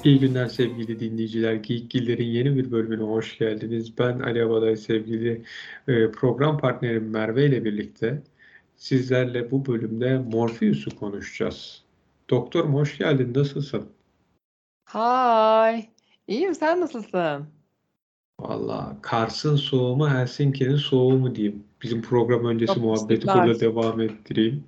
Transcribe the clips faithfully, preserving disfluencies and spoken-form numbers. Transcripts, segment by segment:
İyi günler sevgili dinleyiciler. Geekgiller'in yeni bir bölümüne hoş geldiniz. Ben Ali Abaday, sevgili e, program partnerim Merve ile birlikte sizlerle bu bölümde Morpheus'u konuşacağız. Doktorum hoş geldin, nasılsın? Hay. İyiyim, sen nasılsın? Valla Kars'ın soğuğu mu, Helsinki'nin soğuğu mu diyeyim. Bizim program öncesi muhabbeti Kapışırlar. burada devam ettireyim.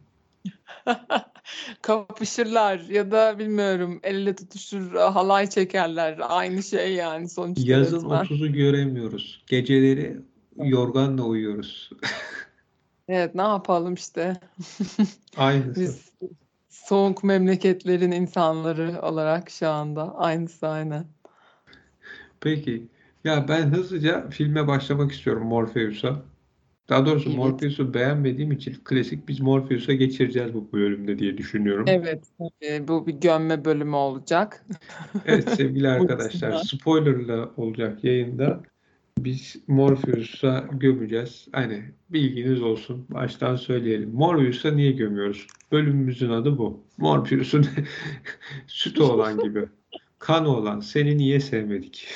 Kapışırlar ya da bilmiyorum el ele tutuşur, halay çekerler. Aynı şey yani sonuçta Yazın resmen. otuzu göremiyoruz. Geceleri yorganla uyuyoruz. Evet, ne yapalım işte. Aynısı. Biz soğuk memleketlerin insanları olarak şu anda aynısı aynen. Peki. Ya ben hızlıca filme başlamak istiyorum, Morpheus'a. Daha doğrusu Evet. Morpheus'u beğenmediğim için klasik biz Morpheus'a geçireceğiz bu bölümde diye düşünüyorum. Evet, tabii. Bu bir gömme bölümü olacak. Evet sevgili Bu arkadaşlar, açıdan. spoilerla olacak yayında. Biz Morpheus'a gömeceğiz. Hani bilginiz olsun. Baştan söyleyelim. Morpheus'a niye gömüyoruz? Bölümümüzün adı bu. Morpheus'un sütü olan gibi. Kanı olan. Seni niye sevmedik?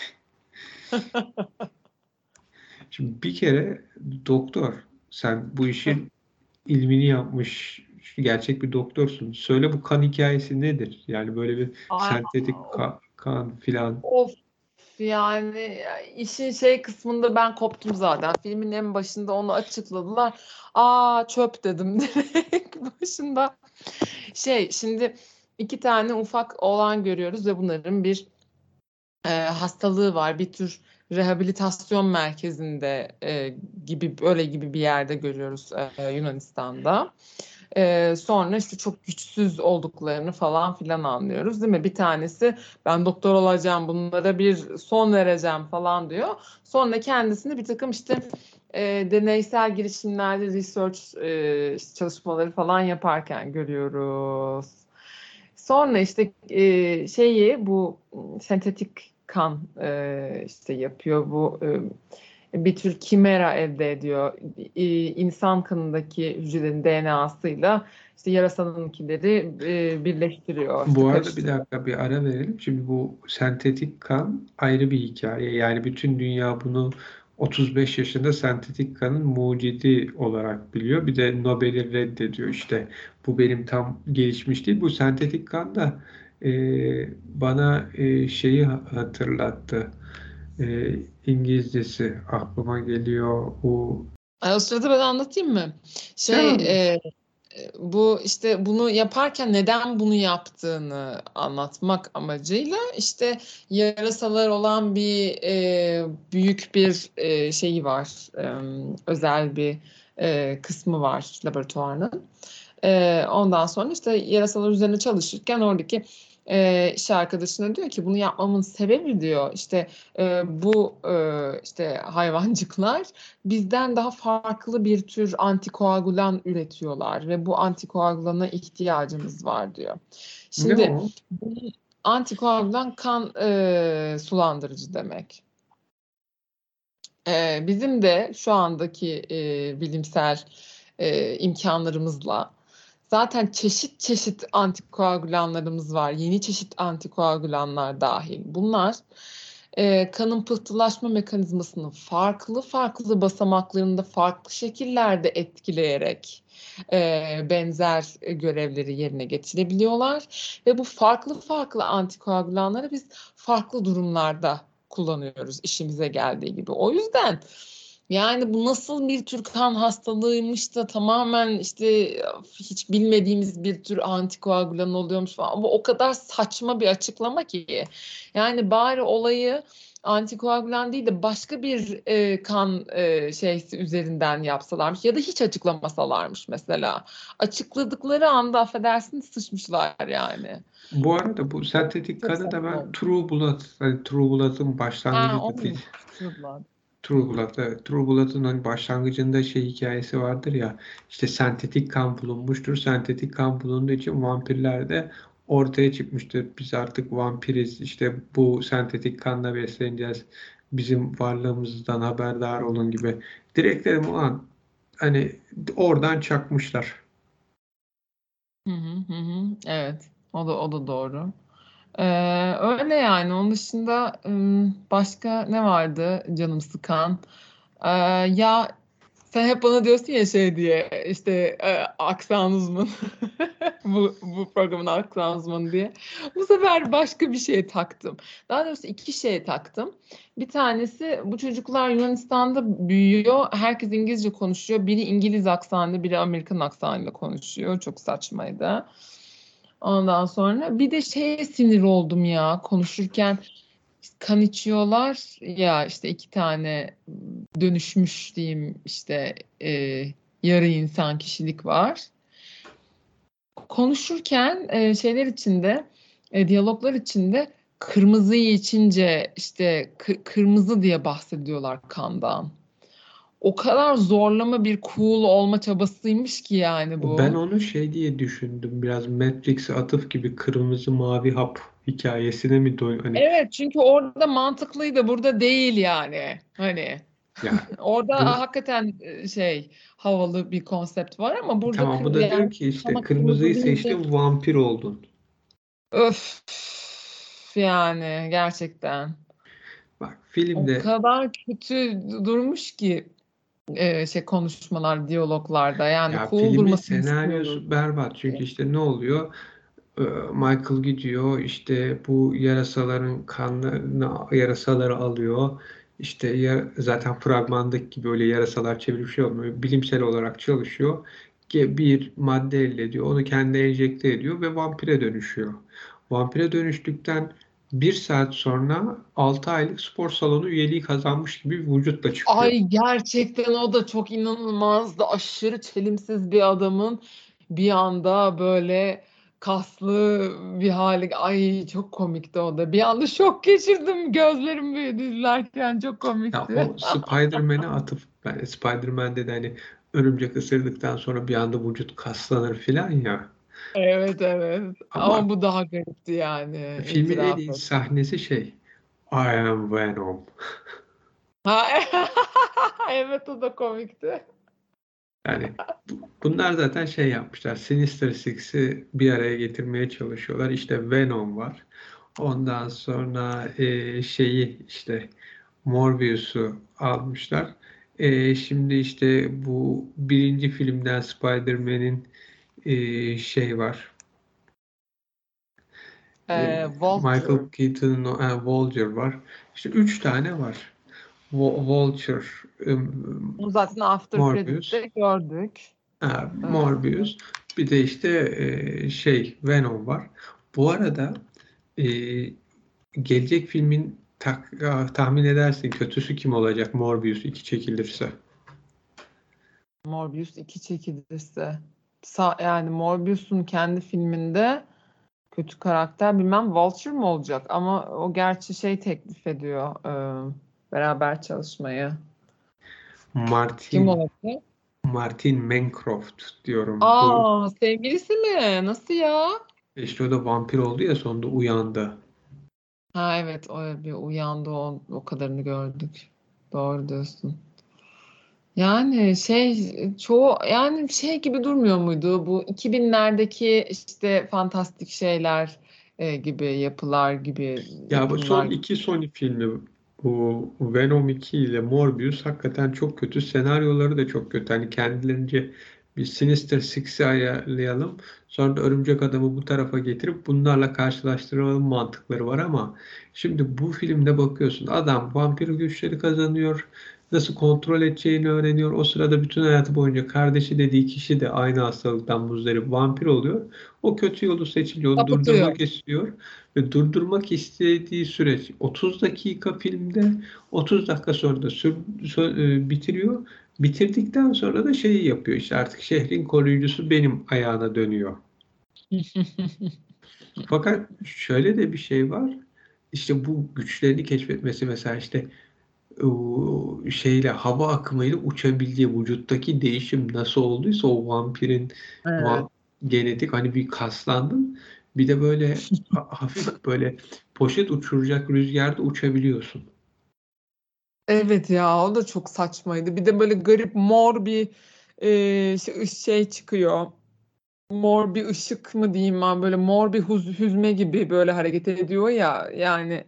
Şimdi bir kere doktor, sen bu işin ilmini yapmış gerçek bir doktorsun. Söyle, bu kan hikayesi nedir? Yani böyle bir Ay, sentetik ka- kan filan. of. Yani işin şey kısmında ben koptum zaten. Filmin en başında onu açıkladılar. Aa, çöp dedim direkt başında. Şey, şimdi iki tane ufak oğlan görüyoruz ve bunların bir e, hastalığı var. Bir tür rehabilitasyon merkezinde e, gibi böyle gibi bir yerde görüyoruz e, Yunanistan'da. Ee, sonra işte çok güçsüz olduklarını falan filan anlıyoruz, değil mi? Bir tanesi ben doktor olacağım, bunlara bir son vereceğim falan diyor. Sonra kendisini bir takım işte e, deneysel girişimlerde research e, işte çalışmaları falan yaparken görüyoruz. Sonra işte e, şeyi bu sentetik kan e, işte yapıyor bu e, bir tür kimera elde ediyor. E, insan kanındaki hücrelerin D N A'sıyla işte yarasanınkileri e, birleştiriyor, işte Bu arada bir karıştırıyor. dakika bir ara verelim. Şimdi bu sentetik kan ayrı bir hikaye. Yani bütün dünya bunu otuz beş yaşında sentetik kanın mucidi olarak biliyor. Bir de Nobel'i reddediyor işte. Bu benim tam gelişmiş değil. Bu sentetik kan da e, bana e, şeyi hatırlattı. E, İngilizcesi aklıma geliyor. Bu Ay, o sırada ben anlatayım mı? sen Şey anlat. e, bu işte bunu yaparken neden bunu yaptığını anlatmak amacıyla işte yarasalar olan bir e, büyük bir e, şeyi var. E, özel bir e, kısmı var laboratuvarının. E, ondan sonra işte yarasalar üzerine çalışırken oradaki e, iş arkadaşına diyor ki bunu yapmamın sebebi diyor işte e, bu e, işte hayvancıklar bizden daha farklı bir tür antikoagülan üretiyorlar ve bu antikoagülana ihtiyacımız var diyor. Ne Şimdi o? bu antikoagülan kan e, sulandırıcı demek. E, bizim de şu andaki e, bilimsel e, imkanlarımızla zaten çeşit çeşit antikoagülanlarımız var. Yeni çeşit antikoagülanlar dahil. Bunlar e, kanın pıhtılaşma mekanizmasını farklı farklı basamaklarında farklı şekillerde etkileyerek e, benzer görevleri yerine getirebiliyorlar ve bu farklı farklı antikoagülanları biz farklı durumlarda kullanıyoruz işimize geldiği gibi. O yüzden yani bu nasıl bir tür kan hastalığıymış da tamamen işte hiç bilmediğimiz bir tür antikoagülan oluyormuş falan. Bu o kadar saçma bir açıklama ki. Yani bari olayı antikoagülan değil de başka bir e, kan e, şeysi üzerinden yapsalarmış ya da hiç açıklamasalarmış mesela. Açıkladıkları anda affedersin sıçmışlar yani. Bu arada bu sentetik Çok kanı da saçma ben olmuş. True Blood, hani True Blood'ın Ha, başlangıcı o da bir muymuş? True Blood. True Blood, evet. True Blood'ın hani başlangıcında şey hikayesi vardır ya, işte sentetik kan bulunmuştur. Sentetik kan bulunduğu için vampirler de ortaya çıkmıştır. Biz artık vampiriz. İşte bu sentetik kanla besleneceğiz. Bizim varlığımızdan haberdar olun gibi. Direkt dedim ulan, hani oradan çakmışlar. Hı hı hı. hı. Evet. O da o da doğru. Ee, öyle yani. Onun dışında ım, başka ne vardı canım sıkan? Ee, ya sen hep bana diyorsun ya şey diye işte e, aksan uzmanı bu, bu programın aksan uzmanı diye. Bu sefer başka bir şeye taktım. Daha doğrusu iki şeye taktım. Bir tanesi bu çocuklar Yunanistan'da büyüyor. Herkes İngilizce konuşuyor. Biri İngiliz aksanıyla biri Amerikan aksanıyla konuşuyor. Çok saçmaydı. Ondan sonra bir de şeye sinir oldum ya konuşurken kan içiyorlar ya işte iki tane dönüşmüş diyeyim işte e, yarı insan kişilik var. Konuşurken e, şeyler içinde e, diyaloglar içinde kırmızıyı içince işte kı- kırmızı diye bahsediyorlar kandan. O kadar zorlama bir cool olma çabasıymış ki yani Ben bu. onu şey diye düşündüm. Biraz Matrix'e atıf gibi kırmızı mavi hap hikayesine mi doy hani Evet çünkü orada mantıklıydı burada değil yani. Hani ya orada bu hakikaten e, şey havalı bir konsept var ama burada tamam, kır, bu da diyor yani ki işte ama kırmızı kırmızıyı deyince seçtin, vampir oldun. öf yani gerçekten Bak o filmde kadar kötü durmuş ki e, şey konuşmalar diyaloglarda yani ya cool filmin durmasını istiyoruz. senaryosu berbat. Çünkü işte ne oluyor? Ee, Michael gidiyor, işte bu yarasaların kanlarını, yarasaları alıyor. İşte ya, zaten fragmandaki gibi öyle yarasalar çevirip şey olmuyor. Bilimsel olarak çalışıyor. Ge- Bir madde elde ediyor. Onu kendine enjekte ediyor ve vampire dönüşüyor. Vampire dönüştükten bir saat sonra altı aylık spor salonu üyeliği kazanmış gibi bir vücutla çıkıyor. Ay gerçekten o da çok inanılmazdı. Aşırı çelimsiz bir adamın bir anda böyle kaslı bir hali. Ay çok komikti o da. Bir anda şok geçirdim. Gözlerim büyüdü izlerken çok Ya komikti. o Spider-Man'e atıf, ben Spider-Man'de de hani örümcek ısırdıktan sonra bir anda vücut kaslanır filan ya. Evet evet. Ama Ama bu daha garipti yani filmin en itiraf iyi et. sahnesi şey, I am Venom. Ha, evet o da komikti. Yani bu- bunlar zaten şey yapmışlar. Sinister Six'i bir araya getirmeye çalışıyorlar. İşte Venom var. Ondan sonra e, şeyi işte Morbius'u almışlar. E, şimdi işte bu birinci filmden Spider-Man'in e, şey var. E, Ee, Michael Vulture. Keaton'ın o- e, Vulture var. İşte üç tane var. Vo- Vulture, e, Bunu zaten After Morbius, Credit'te gördük. ha, Ee, Morbius, bir de işte e, şey Venom var. Bu arada e, gelecek filmin tak, ah, tahmin edersin kötüsü kim olacak Morbius iki çekilirse. Morbius iki çekilirse. Sa- yani Morbius'un kendi filminde kötü karakter bilmem Vulture mu olacak ama o gerçi şey teklif ediyor e, beraber çalışmayı. Kim Martin olabilir? Martin Bancroft diyorum. Bu Aa sevgilisi mi? Nasıl ya? işte o da vampir oldu ya, sonunda uyandı. Ha evet o bir uyandı o, o kadarını gördük. Doğru diyorsun. Yani şey çoğu yani şey gibi durmuyor muydu bu iki binlerdeki işte fantastik şeyler e, gibi yapılar gibi Ya bu yapımlar son gibi. iki Sony filmi, bu Venom iki ile Morbius, hakikaten çok kötü. Senaryoları da çok kötü. Hani kendilerince bir Sinister Six'i ayarlayalım. Sonra da Örümcek Adam'ı bu tarafa getirip bunlarla karşılaştıralım mantıkları var ama şimdi bu filmde bakıyorsun, adam vampir güçleri kazanıyor. Nasıl kontrol edeceğini öğreniyor. O sırada bütün hayatı boyunca kardeşi dediği kişi de aynı hastalıktan muzdarip vampir oluyor. O kötü yolu seçiliyor. Onu Kapatıyor. durdurmak istiyor. Ve durdurmak istediği süreç otuz dakika filmde, otuz dakika sonra da sür, sö- e, bitiriyor. Bitirdikten sonra da şeyi yapıyor, işte artık şehrin koruyucusu benim ayağına dönüyor. Fakat şöyle de bir şey var. İşte bu güçlerini keşfetmesi, mesela işte o şeyle, hava akımıyla uçabildiği, vücuttaki değişim nasıl olduysa o vampirin Evet. va- genetik, hani bir kaslandın, bir de böyle ha- hafif böyle poşet uçuracak rüzgarda uçabiliyorsun. Evet ya o da çok saçmaydı. Bir de böyle garip mor bir e, şey, şey çıkıyor. mor bir ışık mı diyeyim ben, böyle mor bir huz, hüzme gibi böyle hareket ediyor ya yani.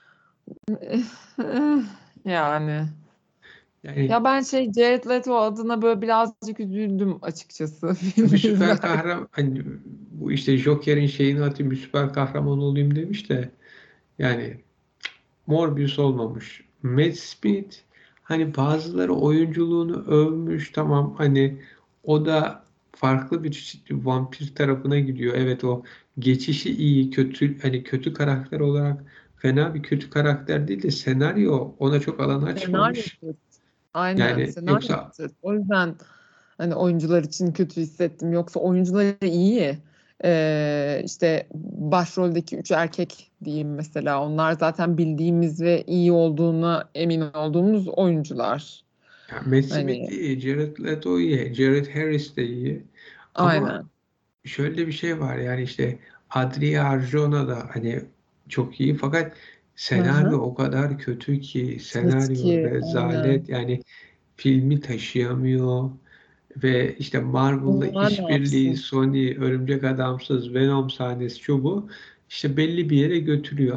Yani Yani ya ben şey Jared Leto adına böyle birazcık üzüldüm açıkçası bir filmi süper izlerken. kahraman, hani bu işte Joker'in şeyini atayım, bir süper kahraman olayım demiş de yani Morbius olmamış. Matt Smith, hani bazıları oyunculuğunu övmüş, tamam, hani o da farklı bir çeşit vampir tarafına gidiyor. Evet, o geçişi iyi, kötü, hani kötü karakter olarak fena bir kötü karakter değil de senaryo ona çok alan açmamış. Senaryosu. Aynen, Yani yoksa senaryosu. O yüzden hani oyuncular için kötü hissettim. Yoksa oyuncuları iyi. Ee, işte başroldeki üç erkek diyeyim mesela. Onlar zaten bildiğimiz ve iyi olduğuna emin olduğumuz oyuncular. ya Matt Smith Hani iyi, Jared Leto iyi, Jared Harris de iyi. Ama aynen. şöyle bir şey var, yani işte Adria Arjona da hani çok iyi, fakat Hı senaryo hı. o kadar kötü ki, senaryo Eski, rezalet, aynen. yani filmi taşıyamıyor. Ve işte Marvel'la Bunlar ne işbirliği, yapsın? Sony, Örümcek Adamsız, Venom sahnesi, şu bu, işte belli bir yere götürüyor.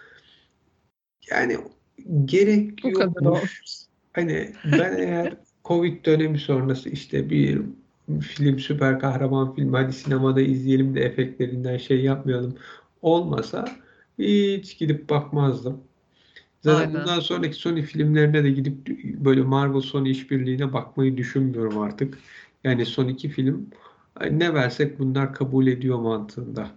Yani gerek Bu kadar yokmuş. olmuş. Hani ben eğer Covid dönemi sonrası işte bir film, süper kahraman filmi, hadi sinemada izleyelim de efektlerinden şey yapmayalım olmasa hiç gidip bakmazdım. Zaten Aynen. bundan sonraki Sony filmlerine de gidip böyle Marvel Sony işbirliğine bakmayı düşünmüyorum artık. Yani son iki film ne versek bunlar kabul ediyor mantığında.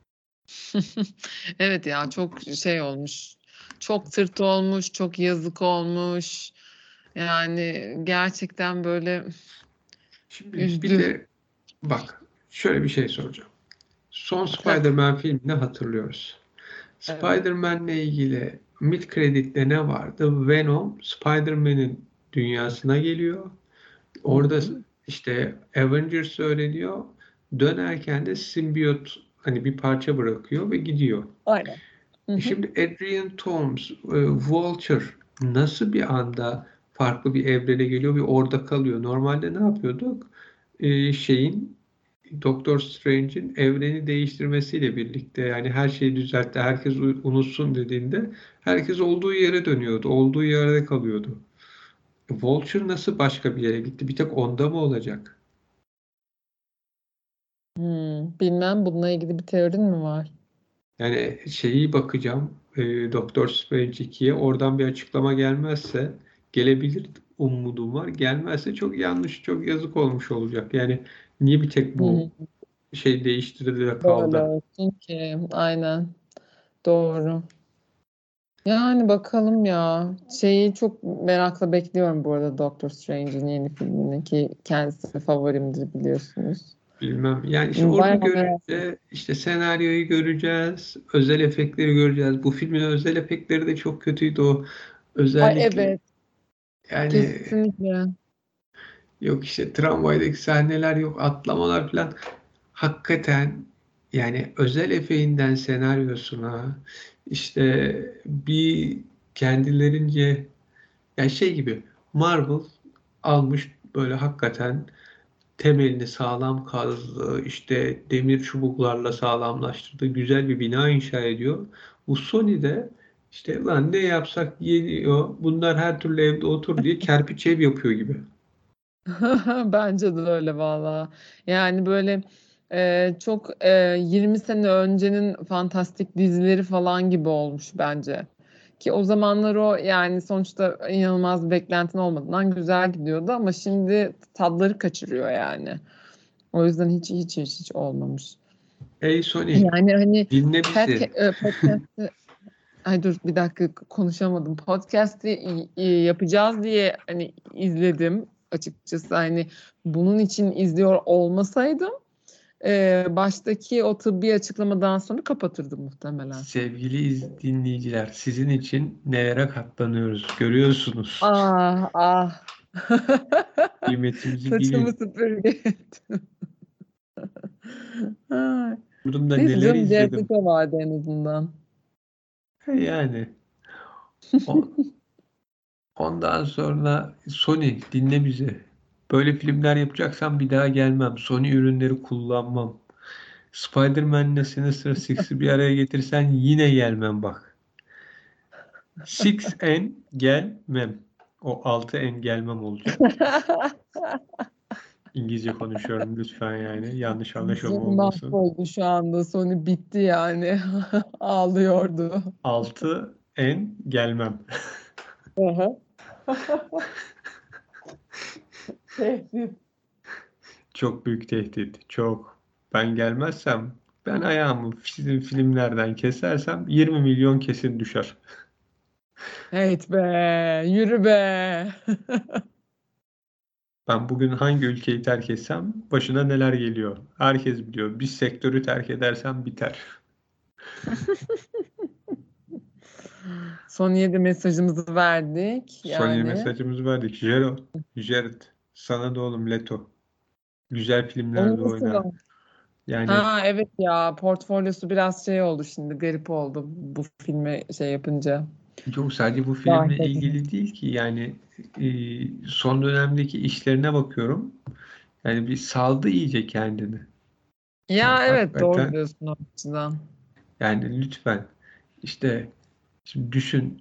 Evet ya, çok şey olmuş. Çok tırt olmuş, çok yazık olmuş. Yani gerçekten böyle Şimdi bir üzdü. de bak, şöyle bir şey soracağım. Son Heh, Spider-Man filmini hatırlıyoruz. evet. Spider-Man'le ilgili mid kreditte ne vardı? Venom Spider-Man'in dünyasına geliyor. Hı Orada hı. işte Avengers söyleniyor. Dönerken de simbiyot hani bir parça bırakıyor ve gidiyor. Aynen. Hı E hı. Şimdi Adrian Toomes, e, Vulture nasıl bir anda farklı bir evrene geliyor ve orada kalıyor? Normalde ne yapıyorduk? E, şeyin Doktor Strange'in evreni değiştirmesiyle birlikte, yani her şeyi düzeltti, herkes u- unutsun dediğinde herkes olduğu yere dönüyordu, olduğu yerde kalıyordu. E, Vulture nasıl başka bir yere gitti? Bir tek onda mı olacak? Hmm, bilmem, bununla ilgili bir teorin mi var? Yani şeyi bakacağım, e, Doktor Strange ikiye, oradan bir açıklama gelmezse gelebilir umudum var. Gelmezse çok yanlış, çok yazık olmuş olacak. Yani niye bir tek Hı bu hı. şey değiştirdi de Böyle kaldı? olsun ki. Aynen. Doğru. Yani bakalım ya. Şeyi çok merakla bekliyorum bu arada, Doctor Strange'in yeni filmini, ki kendisi favorimdir biliyorsunuz. Bilmem. Yani işte orada Bayağı merak. görünce işte senaryoyu göreceğiz, özel efektleri göreceğiz. Bu filmin özel efektleri de çok kötüydü o. Ay Özellikle evet, yani kesinlikle. yok işte tramvaydaki sahneler, yok atlamalar falan. Hakikaten yani özel efeğinden senaryosuna işte bir kendilerince, yani şey gibi, Marvel almış böyle hakikaten temelini sağlam kazdı, işte demir çubuklarla sağlamlaştırdı, güzel bir bina inşa ediyor. Bu Sony de işte lan ne yapsak yeniyor, bunlar her türlü evde otur diye kerpiç ev yapıyor gibi. Bence de öyle valla. Yani böyle e, çok e, yirmi sene öncenin fantastik dizileri falan gibi olmuş bence. Ki o zamanlar o, yani sonuçta inanılmaz bir beklentin olmadığından güzel gidiyordu ama şimdi tadları kaçırıyor yani. O yüzden hiç hiç hiç hiç olmamış. Ey Sony, Yani hani dinle podca bizi. e, podcast'ı, ay dur bir dakika, konuşamadım. Podcast'i i- i- yapacağız diye hani izledim açıkçası. Hani bunun için izliyor olmasaydım e, baştaki o tıbbi açıklamadan sonra kapatırdım muhtemelen. Sevgili iz- dinleyiciler, sizin için nelere katlanıyoruz, görüyorsunuz. Ah ah. Kıymetimizi Saçımı bilin. süpürge ettim. Ay. Burada Neyse neler canım, izledim. Cevdet vardı en azından. Yani o, ondan sonra Sony, dinle bizi. Böyle filmler yapacaksam bir daha gelmem. Sony ürünleri kullanmam. Spider-Man'le Sinister Six'i bir araya getirsen yine gelmem bak. Six en gelmem. O altı en gelmem olacak. İngilizce konuşuyorum lütfen yani. Yanlış anlaşılma Sony olmasın. mahvoldu şu anda. Sony bitti yani. Ağlıyordu. Altı en gelmem. Hı hı. Tehdit. Çok büyük tehdit. Çok. Ben gelmezsem ben ayağımı film, filmlerden kesersem yirmi milyon kesin düşer. Evet be. Yürü be. Ben bugün hangi ülkeyi terk etsem başına neler geliyor. Herkes biliyor. Bir sektörü terk edersem biter. Sony'ye de mesajımızı verdik. Sony'ye Yani. mesajımızı verdik. Jero, Jared, sana da oğlum Leto. Güzel Onu filmlerde nasıl oyna. o? Yani Ha evet ya, portfolyosu biraz şey oldu şimdi, garip oldu bu filme şey yapınca. yok sadece bu filmle Dahil edince. ilgili değil ki. Yani e, son dönemdeki işlerine bakıyorum. Yani bir saldı iyice kendini. Yani Ya evet, doğru hakikaten diyorsun o açıdan. yani lütfen işte şimdi düşün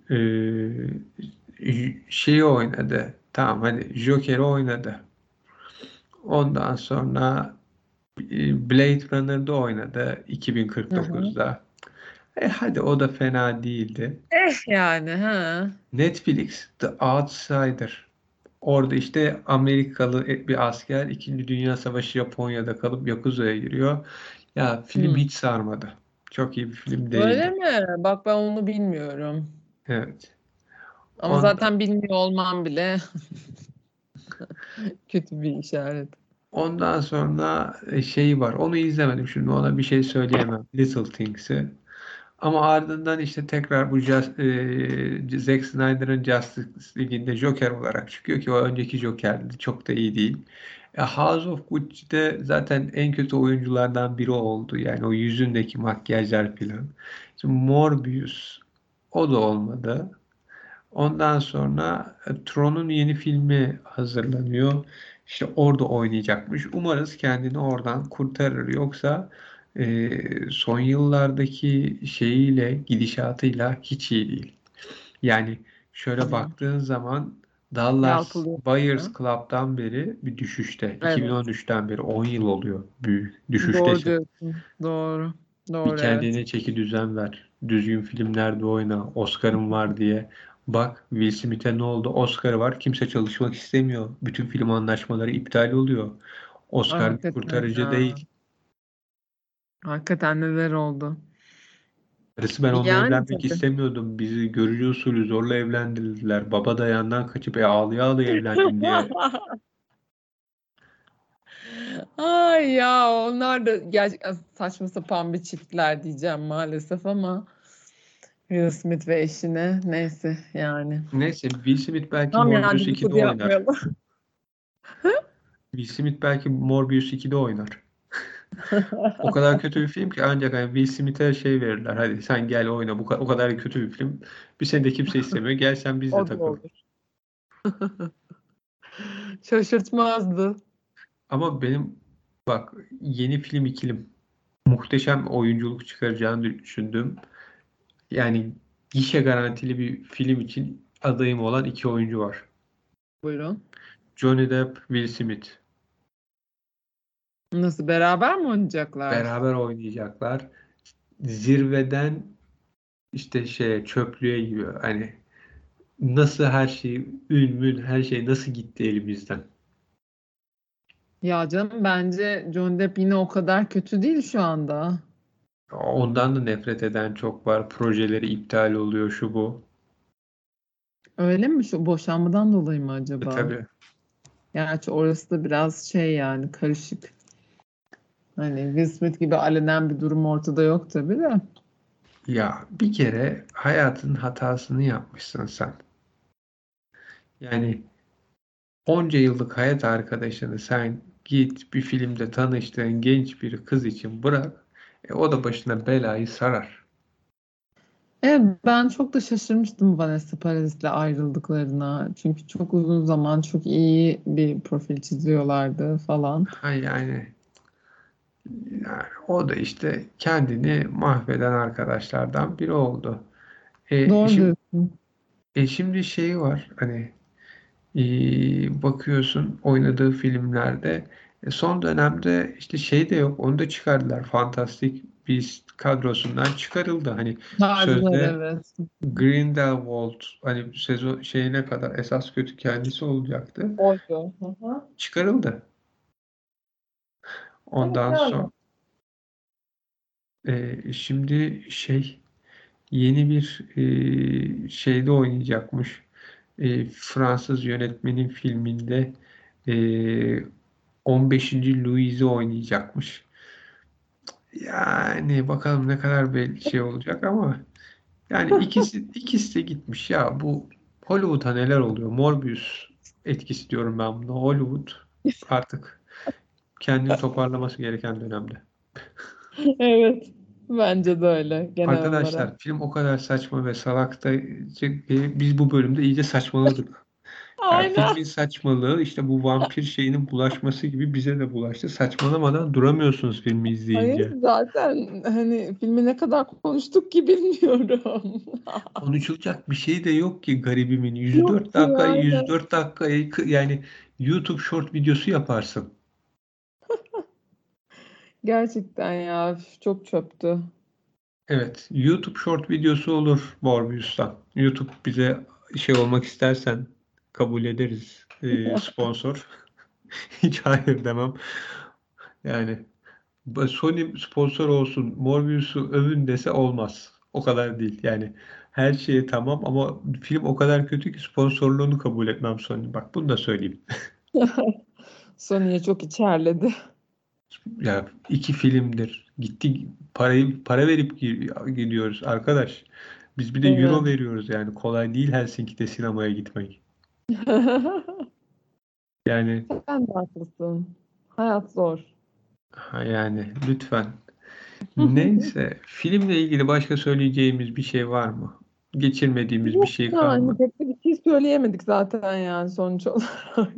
e, şeyi oynadı. Tamam hadi Joker'i oynadı. Ondan sonra e, Blade Runner'da oynadı Hı hı. iki bin kırk dokuzda. E hadi o da fena değildi. Eh yani ha. Netflix The Outsider. Orada işte Amerikalı bir asker İkinci Dünya Savaşı Japonya'da kalıp Yakuza'ya giriyor. Ya film Hı. hiç sarmadı. Çok iyi bir film Öyle değildi. mi? Bak, ben onu bilmiyorum. Evet. Ama Ondan, zaten bilmiyor olmam bile kötü bir işaret. ondan sonra e, şeyi var. Onu izlemedim. Şimdi ona bir şey söyleyemem. Little Things'i. Ama ardından işte tekrar bu Just, e, Zack Snyder'ın Justice League'inde Joker olarak çıkıyor ki o önceki Joker'di. Çok da iyi değil. E, House of Gucci'de zaten en kötü oyunculardan biri oldu. Yani o yüzündeki makyajlar falan. Şimdi Morbius o da olmadı. Ondan sonra e, Tron'un yeni filmi hazırlanıyor. İşte orada oynayacakmış. Umarız kendini oradan kurtarır. Yoksa e, son yıllardaki şeyiyle, gidişatıyla hiç iyi değil. Yani şöyle Hı. baktığın zaman Dallas Yalpılıyor. Buyers Hı. Club'dan beri bir düşüşte. Evet. iki bin on üçten beri on yıl oluyor. Büyük düşüşte. Doğru diyorsun. Doğru. Bir Doğru, evet. kendine çeki düzen ver. Düzgün filmlerde oyna. Oscar'ın var diye. Bak Will Smith'e ne oldu? Oscar'ı var. Kimse çalışmak istemiyor. Bütün film anlaşmaları iptal oluyor. Ay, Oscar bir hakikaten kurtarıcı ya. değil. Hakikaten neler oldu. Karısı ben onunla Yani evlenmek tabii. istemiyordum. Bizi görücü usulü zorla evlendirdiler. Baba da yandan kaçıp e, ağlaya ağlaya evlendim diye. Ay ya, onlar da gerçekten saçma sapan bir çiftler diyeceğim maalesef ama Will Smith ve eşine, neyse yani. Neyse Will Smith belki Tamam yani, Morbius ikide dedikodu oynar. yapmayalım. Will Smith belki Morbius ikide oynar. O kadar kötü bir film ki ancak hani Will Smith'e şey verirler. Hadi sen gel oyna. Bu ka- o kadar kötü bir film. Bir seni de kimse istemiyor. Gel sen bizle O da takıl. olur. Şaşırtmazdı. Ama benim bak yeni film ikilim. Muhteşem oyunculuk çıkaracağını düşündüm. Yani gişe garantili bir film için adayım olan iki oyuncu var. Buyurun. Johnny Depp, Will Smith. Nasıl, beraber mi oynayacaklar? Beraber oynayacaklar. Zirveden işte şeye çöplüğe gibi. Hani nasıl her şey, ün mün her şey nasıl gitti elimizden. Ya canım, bence John Depp yine o kadar kötü değil şu anda. Ondan da nefret eden çok var. Projeleri iptal oluyor şu bu. Öyle mi? Şu boşanmadan dolayı mı E, acaba? tabii. Gerçi orası da biraz şey yani, karışık. Hani Will Smith gibi alenen bir durum ortada yok tabii de. Ya bir kere hayatın hatasını yapmışsın sen. Yani onca yıllık hayat arkadaşını sen git bir filmde tanıştığın genç bir kız için bırak. E, o da başına belayı sarar. Evet, ben çok da şaşırmıştım Vanessa Paradis'le ayrıldıklarına. Çünkü çok uzun zaman çok iyi bir profil çiziyorlardı falan. Ha yani, yani o da işte kendini mahveden arkadaşlardan biri oldu. E, Doğru şimdi, diyorsun. e şimdi şey var hani, e, bakıyorsun oynadığı filmlerde, e, son dönemde işte şey de yok, onu da çıkardılar. Fantastic Beasts kadrosundan çıkarıldı. Hani Çağırdılar, sözde evet. Grindelwald hani sezon şeyine kadar esas kötü kendisi olacaktı. Oydu. Hı hı. Çıkarıldı. Evet Ondan yani. sonra e, şimdi şey, yeni bir e, şeyde oynayacakmış. E, Fransız yönetmenin filminde e, on beşinci. Louis'i oynayacakmış. Yani bakalım ne kadar bir şey olacak ama yani ikisi ikisi de gitmiş ya. Bu Hollywood'a neler oluyor? Morbius etkisi diyorum ben buna. Hollywood artık kendini toparlaması gereken dönemde. Evet. Bence de öyle genel olarak. Arkadaşlar film o kadar saçma ve salakta, biz bu bölümde iyice saçmaladık. Yani Aynen. filmin saçmalığı işte bu vampir şeyinin bulaşması gibi bize de bulaştı. Saçmalamadan duramıyorsunuz filmi Hayır, izleyince. zaten hani filmi ne kadar konuştuk ki bilmiyorum. Konuşulacak bir şey de yok ki garibimin. Yok yüz dört ki dakika yani. yüz dört dakikayı kı- yani YouTube short videosu yaparsın. Gerçekten ya, üf, çok çöptü. Evet, YouTube short videosu olur Morbius'tan. YouTube bize şey olmak istersen kabul ederiz. Ee, sponsor. Hiç hayır demem. Yani Sony sponsor olsun, Morbius'u övün dese olmaz. O kadar değil. Yani her şeye tamam ama film o kadar kötü ki sponsorluğunu kabul etmem Sony. Bak bunu da söyleyeyim. Sony'ye çok içerledi. Ya iki filmdir. Gitti parayı para verip gi- gidiyoruz arkadaş. Biz bir de euro Evet. veriyoruz yani. Kolay değil Helsinki'de sinemaya gitmek. Yani Sen de haklısın. Hayat zor. ha yani lütfen. Neyse, filmle ilgili başka söyleyeceğimiz bir şey var mı? Geçirmediğimiz bir Yok şey yani, kalmadı. pek de bir şey söyleyemedik zaten yani sonuç olarak.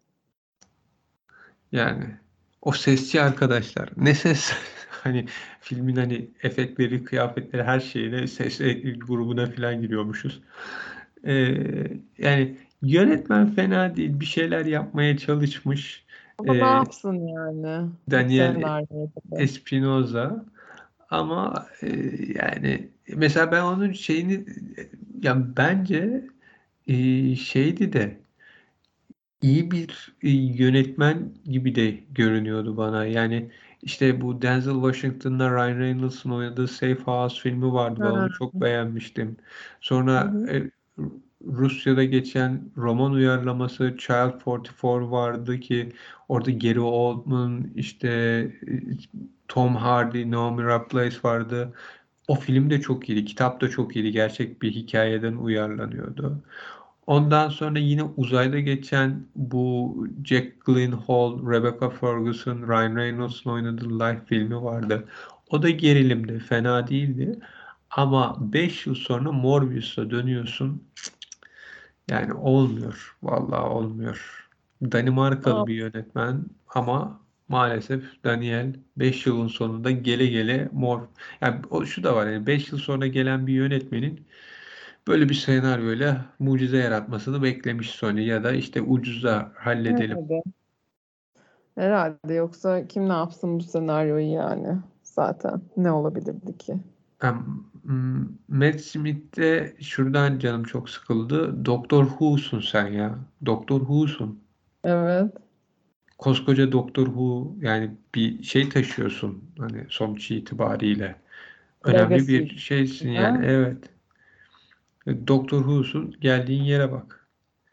Yani o sesçi arkadaşlar ne ses hani filmin hani efektleri, kıyafetleri her şeyine ses grubuna falan giriyormuşuz. Ee, yani yönetmen fena değil. Bir şeyler yapmaya çalışmış. Ama ne Ee, yapsın yani? Daniel Senaryo tabii. Espinosa ama e, yani mesela ben onun şeyini, yani bence e, şeydi de iyi bir e, yönetmen gibi de görünüyordu bana. Yani işte bu Denzel Washington'la Ryan Reynolds'ın oynadığı Safe House filmi vardı. Ben onu Ha. çok beğenmiştim. Hı Sonra hı. e, Rusya'da geçen roman uyarlaması Child kırk dört vardı ki orada Gary Oldman, işte e, Tom Hardy, Naomi Rapace vardı. O film de çok iyiydi. Kitap da çok iyiydi. Gerçek bir hikayeden uyarlanıyordu. Ondan sonra yine uzayda geçen bu Jack Gyllenhaal, Rebecca Ferguson, Ryan Reynolds'ın oynadığı Life filmi vardı. O da gerilimdi, fena değildi. Ama beş yıl sonra Morbius'a dönüyorsun. Yani olmuyor. Vallahi olmuyor. Danimarkalı Aa, bir yönetmen ama maalesef Daniel beş yılın sonunda gele gele mor. Yani o şu da var, yani beş yıl sonra gelen bir yönetmenin böyle bir senaryoyla mucize yaratmasını beklemiş Sony ya da işte ucuza halledelim. herhalde. Herhalde, yoksa kim ne yapsın bu senaryoyu yani? Zaten ne olabilirdi ki? Em, m, Matt Smith'te şuradan canım çok sıkıldı. Doktor Who'sun sen ya. Doktor Who'sun. Evet. Koskoca Doktor Who, yani bir şey taşıyorsun hani sonuç itibariyle. Önemli Legacy. bir şeysin yani, Ha? evet. Doktor Who'sun, geldiğin yere bak.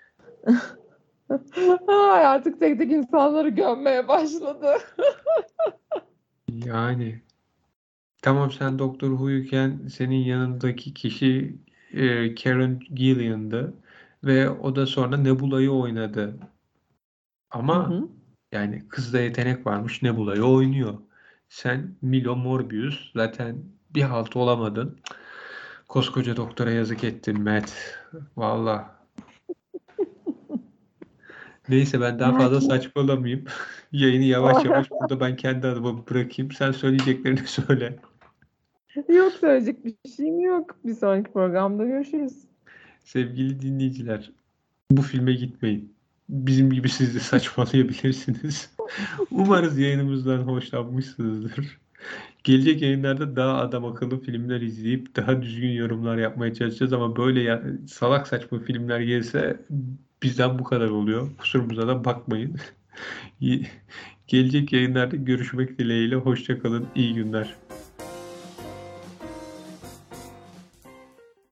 Ay, artık tek tek insanları gömmeye başladı. Yani tamam, sen Doktor Who'yken senin yanındaki kişi e, Karen Gillan'dı ve o da sonra Nebula'yı oynadı. Hı Ama hı. yani kızda yetenek varmış, Nebula'yı oynuyor. Sen Milo Morbius zaten bir halt olamadın. Koskoca doktora yazık ettin Matt. Valla. Neyse ben daha fazla Yani saçmalamayayım. Yayını yavaş yavaş burada ben kendi adıma bırakayım. Sen söyleyeceklerini söyle. yok, söyleyecek bir şeyim yok. Bir sonraki programda görüşürüz. Sevgili dinleyiciler, bu filme gitmeyin. Bizim gibi siz de saçmalayabilirsiniz. Umarız yayınımızdan hoşlanmışsınızdır. Gelecek yayınlarda daha adam akıllı filmler izleyip daha düzgün yorumlar yapmaya çalışacağız ama böyle ya- salak saçma filmler gelirse bizden bu kadar oluyor. Kusurumuza da bakmayın. Gelecek yayınlarda görüşmek dileğiyle. Hoşça kalın. İyi günler.